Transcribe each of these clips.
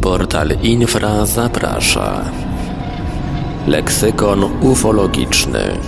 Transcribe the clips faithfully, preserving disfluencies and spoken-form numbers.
Portal Infra zaprasza. Leksykon ufologiczny.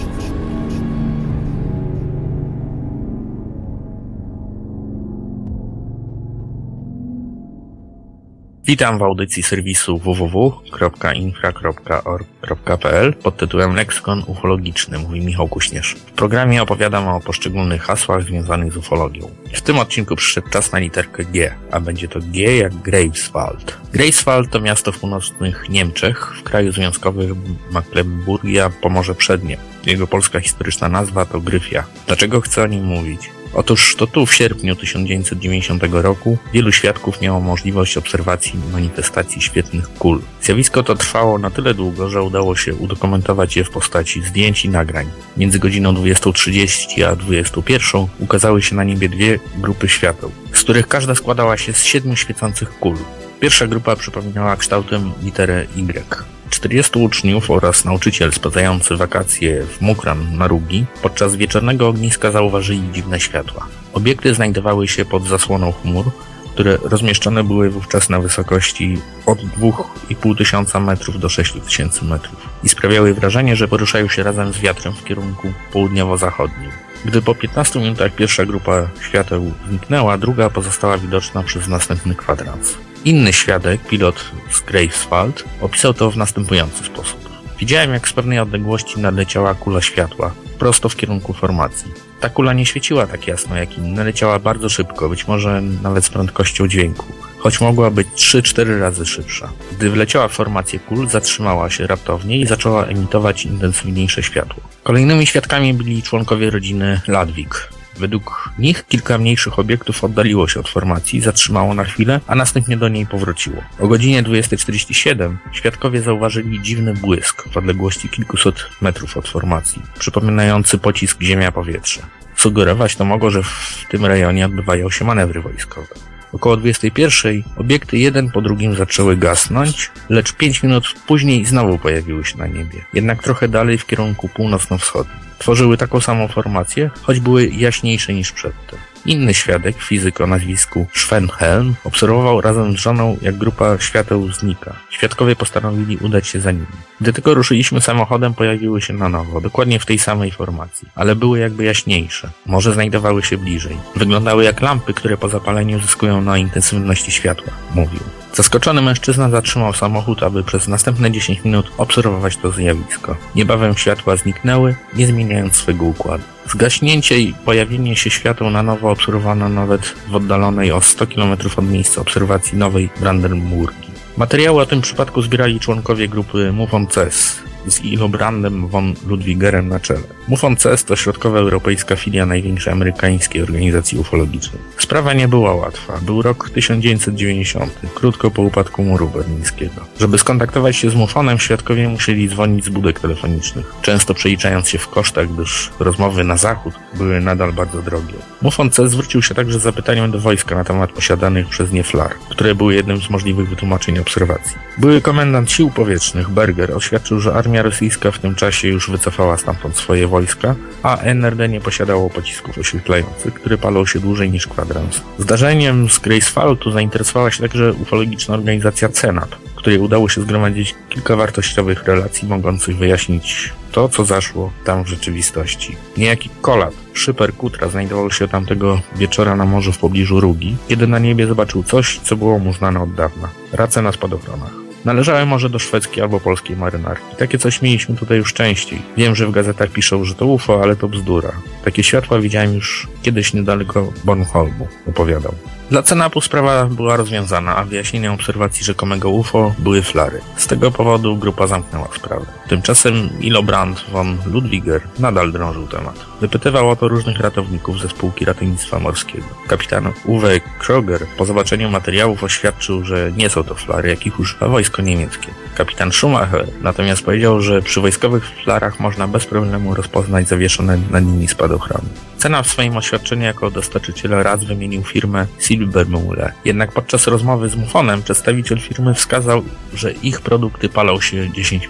Witam w audycji serwisu w w w kropka infra kropka org kropka p l pod tytułem Leksykon ufologiczny, mówi Michał Kuśnierz. W programie opowiadam o poszczególnych hasłach związanych z ufologią. W tym odcinku przyszedł czas na literkę G, a będzie to G jak Greifswald. Greifswald to miasto w północnych Niemczech, w kraju związkowym Mecklenburgia, Pomorze Przednie. Jego polska historyczna nazwa to Gryfia. Dlaczego chcę o nim mówić? Otóż to tu w sierpniu tysiąc dziewięćset dziewięćdziesiątego roku wielu świadków miało możliwość obserwacji manifestacji świetlnych kul. Zjawisko to trwało na tyle długo, że udało się udokumentować je w postaci zdjęć i nagrań. Między godziną dwudziestą trzydzieści a dwudziestą pierwszą ukazały się na niebie dwie grupy świateł, z których każda składała się z siedmiu świecących kul. Pierwsza grupa przypominała kształtem literę Y. czterdziestu uczniów oraz nauczyciel spędzający wakacje w Mukran na Rugi podczas wieczornego ogniska zauważyli dziwne światła. Obiekty znajdowały się pod zasłoną chmur, które rozmieszczone były wówczas na wysokości od dwóch i pół tysiąca metrów do sześciu tysięcy metrów i sprawiały wrażenie, że poruszają się razem z wiatrem w kierunku południowo-zachodnim. Gdy po piętnastu minutach pierwsza grupa świateł zniknęła, druga pozostała widoczna przez następny kwadrans. Inny świadek, pilot z Greifswald, opisał to w następujący sposób. Widziałem, jak z pewnej odległości nadleciała kula światła, prosto w kierunku formacji. Ta kula nie świeciła tak jasno jak inne, leciała bardzo szybko, być może nawet z prędkością dźwięku, choć mogła być trzy cztery razy szybsza. Gdy wleciała w formację kul, zatrzymała się raptownie i zaczęła emitować intensywniejsze światło. Kolejnymi świadkami byli członkowie rodziny Ludwig. Według nich kilka mniejszych obiektów oddaliło się od formacji, zatrzymało na chwilę, a następnie do niej powróciło. O godzinie dwudziestej czterdzieści siedem świadkowie zauważyli dziwny błysk w odległości kilkuset metrów od formacji, przypominający pocisk ziemia-powietrze. Sugerować to mogło, że w tym rejonie odbywają się manewry wojskowe. Około dwudziestej pierwszej obiekty jeden po drugim zaczęły gasnąć, lecz pięć minut później znowu pojawiły się na niebie, jednak trochę dalej w kierunku północno-wschodnim. Tworzyły taką samą formację, choć były jaśniejsze niż przedtem. Inny świadek, fizyk o nazwisku Schwenhelm, obserwował razem z żoną, jak grupa świateł znika. Świadkowie postanowili udać się za nimi. Gdy tylko ruszyliśmy samochodem, pojawiły się na nowo, dokładnie w tej samej formacji, ale były jakby jaśniejsze. Może znajdowały się bliżej. Wyglądały jak lampy, które po zapaleniu zyskują na intensywności światła, mówił. Zaskoczony mężczyzna zatrzymał samochód, aby przez następne dziesięć minut obserwować to zjawisko. Niebawem światła zniknęły, nie zmieniając swego układu. Zgaśnięcie i pojawienie się świateł na nowo obserwowano nawet w oddalonej o sto kilometrów od miejsca obserwacji Nowej Brandenburgii. Materiały o tym przypadku zbierali członkowie grupy Muffon-Ces z Ilobrandem von Ludwigerem na czele. Muffon-Ces to środkowoeuropejska filia największej amerykańskiej organizacji ufologicznej. Sprawa nie była łatwa. Był rok tysiąc dziewięćset dziewięćdziesiąty, krótko po upadku muru berlińskiego. Żeby skontaktować się z Muffonem, świadkowie musieli dzwonić z budek telefonicznych, często przeliczając się w kosztach, gdyż rozmowy na zachód były nadal bardzo drogie. Muffon-Ces zwrócił się także z zapytaniem do wojska na temat posiadanych przez nie flar, które były jednym z możliwych wytłumaczeń obserwacji. Były komendant sił powietrznych Berger oświadczył, że armia rosyjska w tym czasie już wycofała stamtąd swoje wojska, a N R D nie posiadało pocisków oświetlających, które palą się dłużej niż kwadrans. Zdarzeniem z Greifswaldu zainteresowała się także ufologiczna organizacja Cenab, której udało się zgromadzić kilka wartościowych relacji mogących wyjaśnić to, co zaszło tam w rzeczywistości. Niejaki Kolat, szyper Kutra, znajdował się tamtego wieczora na morzu w pobliżu Rugi, kiedy na niebie zobaczył coś, co było mu znane od dawna. Race na spadochronach. Należały może do szwedzkiej albo polskiej marynarki. Takie coś mieliśmy tutaj już częściej. Wiem, że w gazetach piszą, że to U F O, ale to bzdura. Takie światła widziałem już kiedyś niedaleko Bornholmu, opowiadał. Dla Cenapu sprawa była rozwiązana, a wyjaśnieniem obserwacji rzekomego U F O były flary. Z tego powodu grupa zamknęła sprawę. Tymczasem Ilobrand von Ludwiger nadal drążył temat. Wypytywał o to różnych ratowników ze spółki ratownictwa morskiego. Kapitan Uwe Kroger po zobaczeniu materiałów oświadczył, że nie są to flary, jakich używa wojsko niemieckie. Kapitan Schumacher natomiast powiedział, że przy wojskowych flarach można bez problemu rozpoznać zawieszone nad nimi spadochrony. Cena w swoim oświadczeniu jako dostarczyciela raz wymienił firmę Silbermühle. Jednak podczas rozmowy z Muffonem przedstawiciel firmy wskazał, że ich produkty palą się dziesięć minut.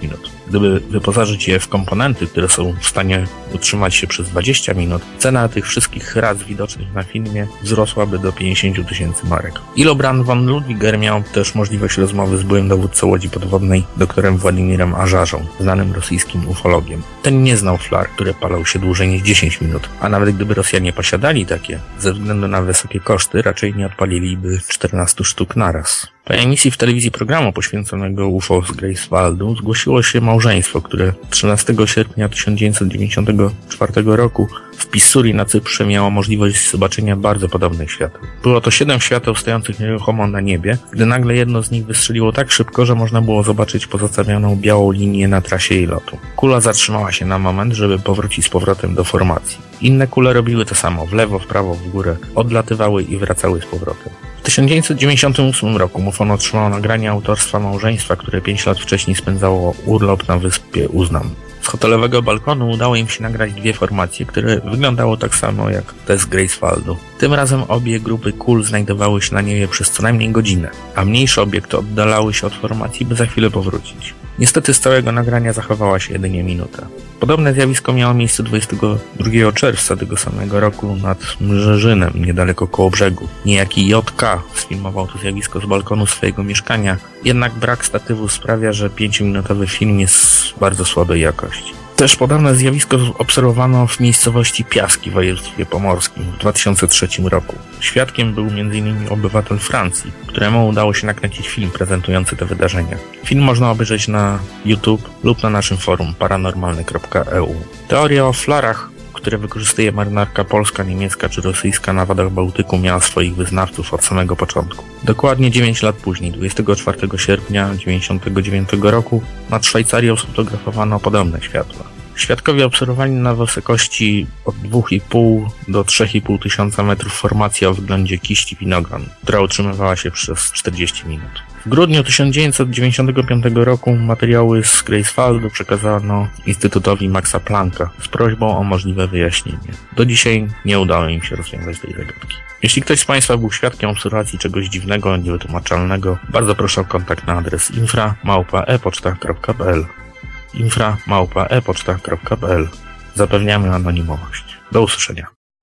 Gdyby wyposażyć je w komponenty, które są w stanie utrzymać się przez dwadzieścia minut, cena tych wszystkich raz widocznych na filmie wzrosłaby do pięćdziesiąt tysięcy marek. Ilobrand von Ludwiger miał też możliwość rozmowy z byłym dowódcą łodzi podwodnej, doktorem Władimirem Ażarzą, znanym rosyjskim ufologiem. Ten nie znał flar, które palą się dłużej niż dziesięć minut, a nawet gdyby Rosjanie posiadali takie, ze względu na wysokie koszty raczej nie odpaliliby czternastu sztuk naraz. Po emisji w telewizji programu poświęconego U F O z Greifswaldu zgłosiło się małżeństwo, które trzynastego sierpnia tysiąc dziewięćset dziewięćdziesiątego czwartego roku w Pissuri na Cyprze miało możliwość zobaczenia bardzo podobnych świateł. Było to siedem świateł stojących nieruchomo na niebie, gdy nagle jedno z nich wystrzeliło tak szybko, że można było zobaczyć pozostawioną białą linię na trasie jej lotu. Kula zatrzymała się na moment, żeby powrócić z powrotem do formacji. Inne kule robiły to samo, w lewo, w prawo, w górę, odlatywały i wracały z powrotem. W tysiąc dziewięćset dziewięćdziesiątym ósmym roku MUFON otrzymał nagranie autorstwa małżeństwa, które pięć lat wcześniej spędzało urlop na wyspie Uznam. Z hotelowego balkonu udało im się nagrać dwie formacje, które wyglądały tak samo jak te z Greifswaldu. Tym razem obie grupy kul znajdowały się na niebie przez co najmniej godzinę, a mniejsze obiekty oddalały się od formacji, by za chwilę powrócić. Niestety z całego nagrania zachowała się jedynie minuta. Podobne zjawisko miało miejsce dwudziestego drugiego czerwca tego samego roku nad Mrzeżynem, niedaleko Kołobrzegu. Niejaki J K sfilmował to zjawisko z balkonu swojego mieszkania, jednak brak statywu sprawia, że pięciominutowy film jest bardzo słabej jakości. Też podobne zjawisko obserwowano w miejscowości Piaski w województwie pomorskim w dwa tysiące trzecim roku. Świadkiem był między innymi obywatel Francji, któremu udało się nakręcić film prezentujący te wydarzenia. Film można obejrzeć na YouTube lub na naszym forum paranormalne kropka e u. Teoria o flarach, które wykorzystuje marynarka polska, niemiecka czy rosyjska na wodach Bałtyku, miała swoich wyznawców od samego początku. Dokładnie dziewięć lat później, dwudziestego czwartego sierpnia tysiąc dziewięćset dziewięćdziesiątego dziewiątego roku, nad Szwajcarią sfotografowano podobne światła. Świadkowie obserwowali na wysokości od dwóch i pół do trzech i pół tysiąca metrów formację o wyglądzie kiści winogron, która utrzymywała się przez czterdzieści minut. W grudniu tysiąc dziewięćset dziewięćdziesiątego piątego roku materiały z Greifswaldu przekazano Instytutowi Maxa Plancka z prośbą o możliwe wyjaśnienie. Do dzisiaj nie udało im się rozwiązać tej zagadki. Jeśli ktoś z Państwa był świadkiem obserwacji czegoś dziwnego, niewytłumaczalnego, bardzo proszę o kontakt na adres infra małpa e poczta kropka p l. infra małpa e poczta kropka p l. Zapewniamy anonimowość. Do usłyszenia.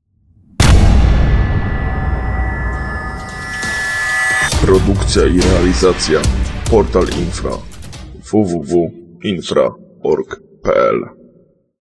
Produkcja i realizacja Portal Infra w w w kropka infra kropka org kropka p l